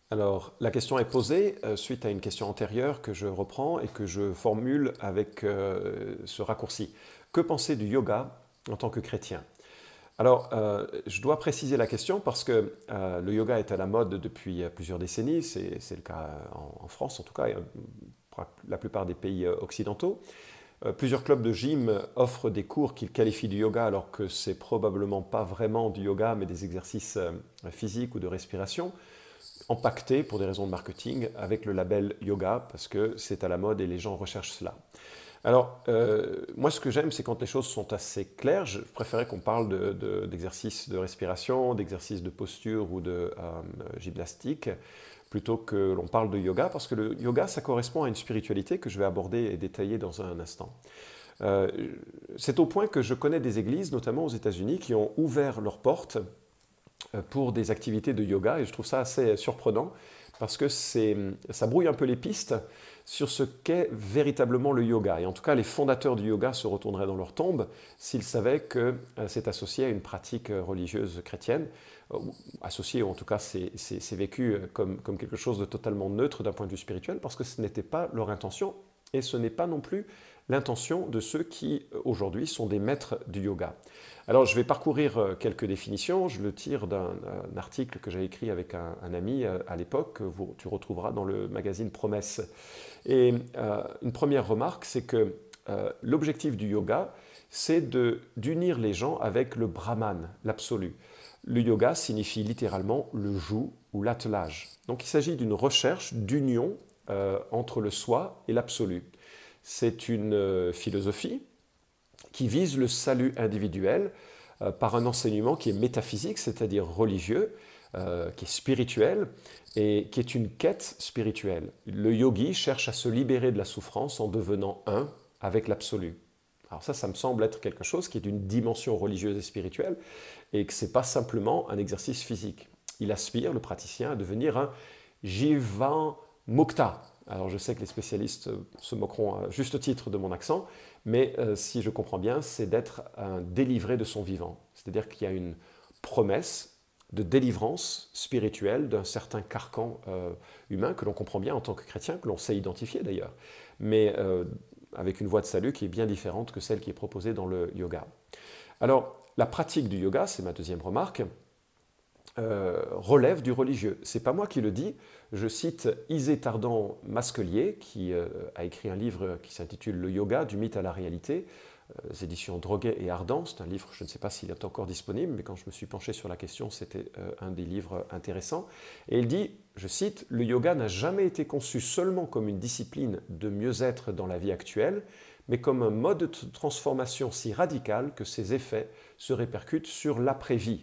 Alors, la question est posée suite à une question antérieure que je reprends et que je formule avec ce raccourci. Que penser du yoga en tant que chrétien? Alors, je dois préciser la question parce que le yoga est à la mode depuis plusieurs décennies, c'est le cas en France en tout cas, et pour la plupart des pays occidentaux. Plusieurs clubs de gym offrent des cours qu'ils qualifient du yoga alors que c'est probablement pas vraiment du yoga mais des exercices physiques ou de respiration empaqueté pour des raisons de marketing avec le label yoga parce que c'est à la mode et les gens recherchent cela. Alors, moi ce que j'aime, c'est quand les choses sont assez claires. Je préférais qu'on parle d'exercices de respiration, d'exercices de posture ou de gymnastique, plutôt que l'on parle de yoga, parce que le yoga, ça correspond à une spiritualité que je vais aborder et détailler dans un instant. Euh, c'est au point que je connais des églises, notamment aux États-Unis, qui ont ouvert leurs portes pour des activités de yoga et je trouve ça assez surprenant parce que ça brouille un peu les pistes sur ce qu'est véritablement le yoga. Et en tout cas, les fondateurs du yoga se retourneraient dans leur tombe s'ils savaient que c'est associé à une pratique religieuse chrétienne, associé, ou en tout cas c'est vécu comme quelque chose de totalement neutre d'un point de vue spirituel, parce que ce n'était pas leur intention, et ce n'est pas non plus l'intention de ceux qui, aujourd'hui, sont des maîtres du yoga. Alors, je vais parcourir quelques définitions. Je le tire d'un article que j'ai écrit avec un ami à l'époque, que tu retrouveras dans le magazine Promesse. Et une première remarque, c'est que l'objectif du yoga, c'est d'unir les gens avec le Brahman, l'absolu. Le yoga signifie littéralement le joug ou l'attelage. Donc, il s'agit d'une recherche d'union entre le soi et l'absolu. C'est une philosophie qui vise le salut individuel par un enseignement qui est métaphysique, c'est-à-dire religieux, qui est spirituel et qui est une quête spirituelle. Le yogi cherche à se libérer de la souffrance en devenant un avec l'absolu. Alors ça me semble être quelque chose qui est d'une dimension religieuse et spirituelle et que ce n'est pas simplement un exercice physique. Il aspire, le praticien, à devenir un Jivan Mukta. Alors je sais que les spécialistes se moqueront à juste titre de mon accent, mais si je comprends bien, c'est d'être un délivré de son vivant. C'est-à-dire qu'il y a une promesse de délivrance spirituelle d'un certain carcan humain que l'on comprend bien en tant que chrétien, que l'on sait identifier d'ailleurs, mais avec une voie de salut qui est bien différente que celle qui est proposée dans le yoga. Alors, la pratique du yoga, c'est ma deuxième remarque, relève du religieux. C'est pas moi qui le dis, je cite Isé Tardan-Masquelier, qui a écrit un livre qui s'intitule Le yoga, du mythe à la réalité, éditions Droguet et Ardent. C'est un livre, je ne sais pas s'il est encore disponible, mais quand je me suis penché sur la question, c'était un des livres intéressants. Et il dit, je cite, le yoga n'a jamais été conçu seulement comme une discipline de mieux-être dans la vie actuelle, mais comme un mode de transformation si radical que ses effets se répercutent sur l'après-vie.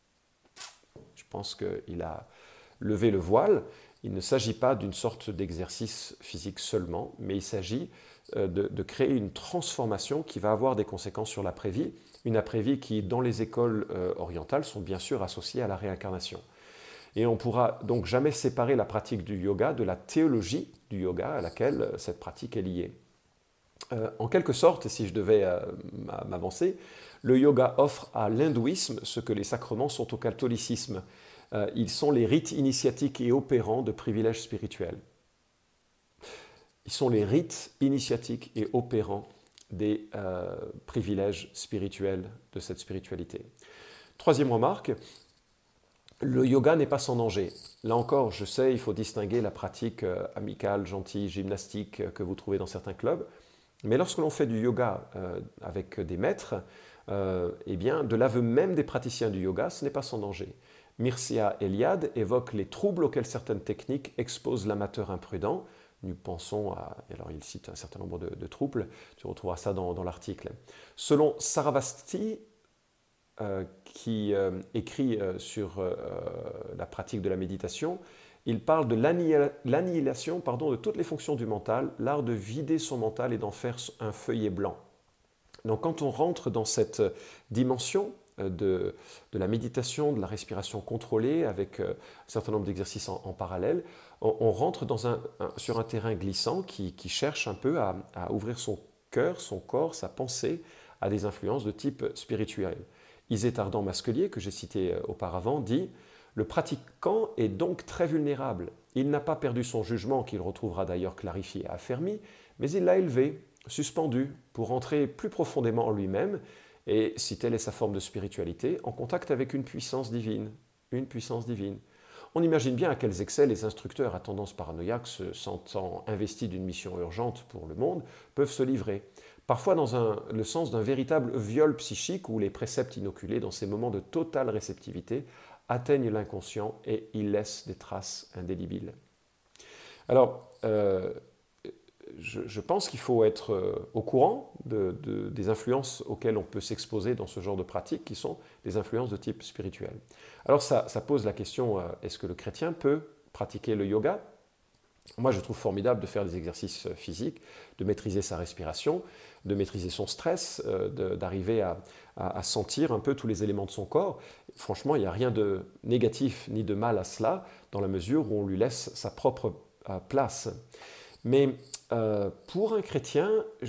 Je pense qu'il a levé le voile. Il ne s'agit pas d'une sorte d'exercice physique seulement, mais il s'agit de créer une transformation qui va avoir des conséquences sur l'après-vie, une après-vie qui, dans les écoles orientales, sont bien sûr associées à la réincarnation. Et on ne pourra donc jamais séparer la pratique du yoga de la théologie du yoga à laquelle cette pratique est liée. En quelque sorte, si je devais m'avancer, le yoga offre à l'hindouisme ce que les sacrements sont au catholicisme. Ils sont les rites initiatiques et opérants de privilèges spirituels. Ils sont les rites initiatiques et opérants des privilèges spirituels de cette spiritualité. Troisième remarque, le yoga n'est pas sans danger. Là encore, je sais, il faut distinguer la pratique amicale, gentille, gymnastique que vous trouvez dans certains clubs. Mais lorsque l'on fait du yoga avec des maîtres, eh bien, de l'aveu même des praticiens du yoga, ce n'est pas sans danger. Mircea Eliade évoque les troubles auxquels certaines techniques exposent l'amateur imprudent. Nous pensons à... Alors il cite un certain nombre de troubles, tu retrouveras ça dans l'article. Selon Saravasti, qui écrit sur la pratique de la méditation, il parle de l'annihilation de toutes les fonctions du mental, l'art de vider son mental et d'en faire un feuillet blanc. Donc quand on rentre dans cette dimension de la méditation, de la respiration contrôlée, avec un certain nombre d'exercices en parallèle, on rentre sur un terrain glissant qui cherche un peu à ouvrir son cœur, son corps, sa pensée à des influences de type spirituel. Isé Tardan-Masquelier, que j'ai cité auparavant, dit Le pratiquant est donc très vulnérable. Il n'a pas perdu son jugement, qu'il retrouvera d'ailleurs clarifié et affermi, mais il l'a élevé, suspendu, pour entrer plus profondément en lui-même, et, si telle est sa forme de spiritualité, en contact avec une puissance divine. Une puissance divine. On imagine bien à quels excès les instructeurs à tendance paranoïaque, se sentant investis d'une mission urgente pour le monde, peuvent se livrer. Parfois dans le sens d'un véritable viol psychique où les préceptes inoculés dans ces moments de totale réceptivité atteignent l'inconscient et y laissent des traces indélébiles. Alors, je pense qu'il faut être au courant des influences auxquelles on peut s'exposer dans ce genre de pratiques, qui sont des influences de type spirituel. Alors ça pose la question, est-ce que le chrétien peut pratiquer le yoga? Moi, je trouve formidable de faire des exercices physiques, de maîtriser sa respiration, de maîtriser son stress, d'arriver à sentir un peu tous les éléments de son corps. Franchement, il n'y a rien de négatif ni de mal à cela, dans la mesure où on lui laisse sa propre place. Mais pour un chrétien,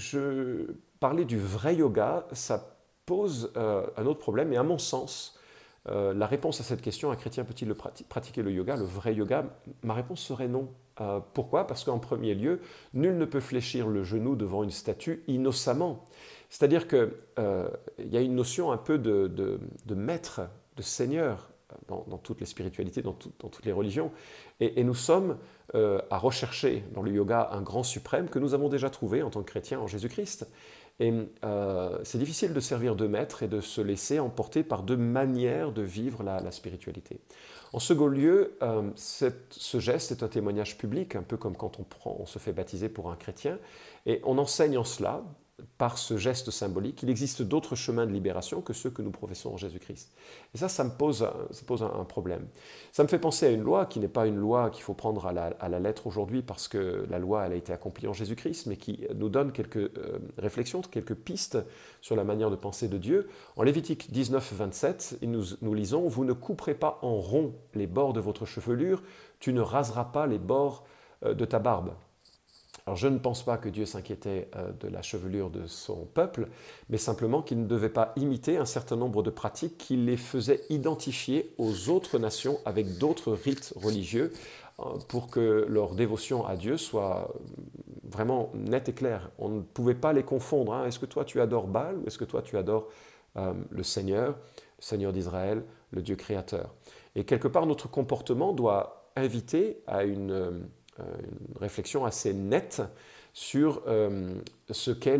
parler du vrai yoga, ça pose un autre problème. Et à mon sens, la réponse à cette question, un chrétien peut-il pratiquer le yoga, le vrai yoga? Ma réponse serait non. Pourquoi? Parce qu'en premier lieu, nul ne peut fléchir le genou devant une statue innocemment. C'est-à-dire qu'il y a une notion un peu de maître, de seigneur dans toutes les spiritualités, dans toutes les religions. Et nous sommes à rechercher dans le yoga un grand suprême que nous avons déjà trouvé en tant que chrétiens en Jésus-Christ. Et c'est difficile de servir de maître et de se laisser emporter par deux manières de vivre la spiritualité. En second lieu, ce geste est un témoignage public, un peu comme quand on se fait baptiser pour un chrétien, et on enseigne en cela, par ce geste symbolique, qu'il existe d'autres chemins de libération que ceux que nous professons en Jésus-Christ. Et ça me pose un problème. Ça me fait penser à une loi qui n'est pas une loi qu'il faut prendre à la lettre aujourd'hui parce que la loi elle a été accomplie en Jésus-Christ, mais qui nous donne quelques réflexions, quelques pistes sur la manière de penser de Dieu. En Lévitique 19, 27, nous lisons « Vous ne couperez pas en rond les bords de votre chevelure, tu ne raseras pas les bords de ta barbe. » Alors je ne pense pas que Dieu s'inquiétait de la chevelure de son peuple, mais simplement qu'il ne devait pas imiter un certain nombre de pratiques qui les faisaient identifier aux autres nations avec d'autres rites religieux pour que leur dévotion à Dieu soit vraiment nette et claire. On ne pouvait pas les confondre. Hein. Est-ce que toi tu adores Baal ou est-ce que toi tu adores le Seigneur d'Israël, le Dieu créateur? Et quelque part notre comportement doit inviter à une réflexion assez nette sur ce qu'est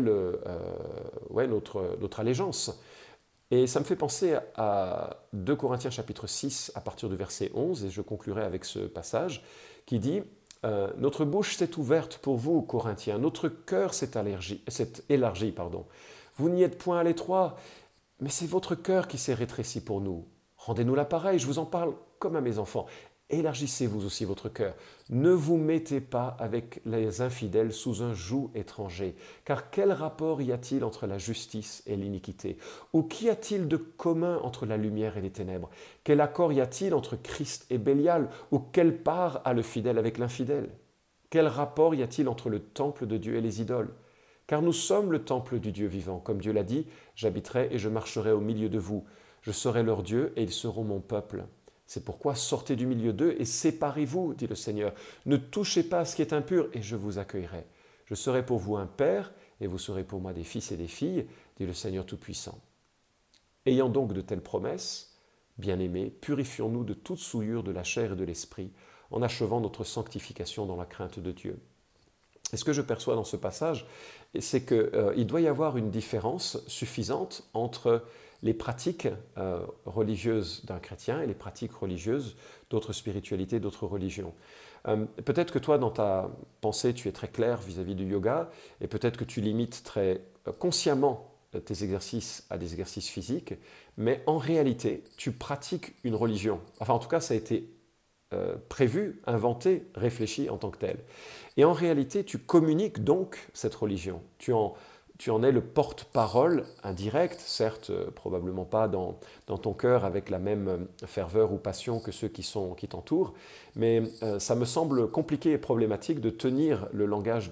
notre allégeance. Et ça me fait penser à 2 Corinthiens chapitre 6 à partir du verset 11, et je conclurai avec ce passage qui dit « Notre bouche s'est ouverte pour vous, Corinthiens, notre cœur s'est élargi. Vous n'y êtes point à l'étroit, mais c'est votre cœur qui s'est rétréci pour nous. Rendez-nous l'appareil, je vous en parle comme à mes enfants. Élargissez-vous aussi votre cœur. Ne vous mettez pas avec les infidèles sous un joug étranger. Car quel rapport y a-t-il entre la justice et l'iniquité? Ou qu'y a-t-il de commun entre la lumière et les ténèbres? Quel accord y a-t-il entre Christ et Bélial? Ou quelle part a le fidèle avec l'infidèle? Quel rapport y a-t-il entre le temple de Dieu et les idoles? Car nous sommes le temple du Dieu vivant. Comme Dieu l'a dit, j'habiterai et je marcherai au milieu de vous. Je serai leur Dieu et ils seront mon peuple. C'est pourquoi sortez du milieu d'eux et séparez-vous, dit le Seigneur. Ne touchez pas à ce qui est impur et je vous accueillerai. Je serai pour vous un père et vous serez pour moi des fils et des filles, dit le Seigneur Tout-Puissant. Ayant donc de telles promesses, bien-aimés, purifions-nous de toute souillure de la chair et de l'esprit, en achevant notre sanctification dans la crainte de Dieu. Et ce que je perçois dans ce passage, c'est qu'il doit y avoir une différence suffisante entre les pratiques religieuses d'un chrétien et les pratiques religieuses d'autres spiritualités, d'autres religions. Peut-être que toi, dans ta pensée, tu es très clair vis-à-vis du yoga, et peut-être que tu limites très consciemment tes exercices à des exercices physiques, mais en réalité, tu pratiques une religion. Enfin, en tout cas, ça a été prévu, inventé, réfléchi en tant que tel. Et en réalité, tu communiques donc cette religion. Tu en es le porte-parole indirect, certes, probablement pas dans ton cœur avec la même ferveur ou passion que ceux qui t'entourent, mais ça me semble compliqué et problématique de tenir le langage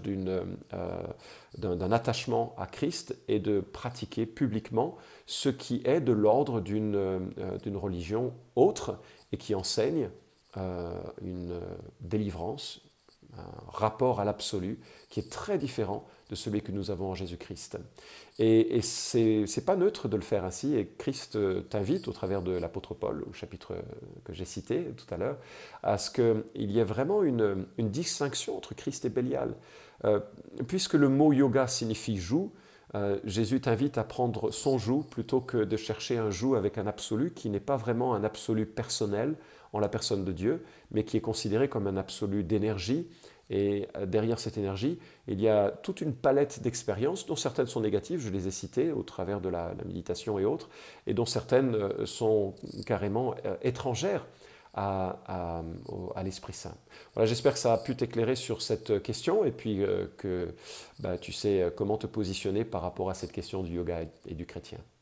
d'un attachement à Christ et de pratiquer publiquement ce qui est de l'ordre d'une religion autre et qui enseigne une délivrance, un rapport à l'absolu qui est très différent de celui que nous avons en Jésus-Christ. Et c'est pas neutre de le faire ainsi, et Christ t'invite au travers de l'apôtre Paul, au chapitre que j'ai cité tout à l'heure, à ce qu'il y ait vraiment une distinction entre Christ et Bélial. Puisque le mot yoga signifie joug, Jésus t'invite à prendre son joug plutôt que de chercher un joug avec un absolu qui n'est pas vraiment un absolu personnel en la personne de Dieu, mais qui est considéré comme un absolu d'énergie. Et derrière cette énergie, il y a toute une palette d'expériences, dont certaines sont négatives, je les ai citées au travers de la méditation et autres, et dont certaines sont carrément étrangères à l'Esprit Saint. Voilà, j'espère que ça a pu t'éclairer sur cette question et puis que tu sais comment te positionner par rapport à cette question du yoga et du chrétien.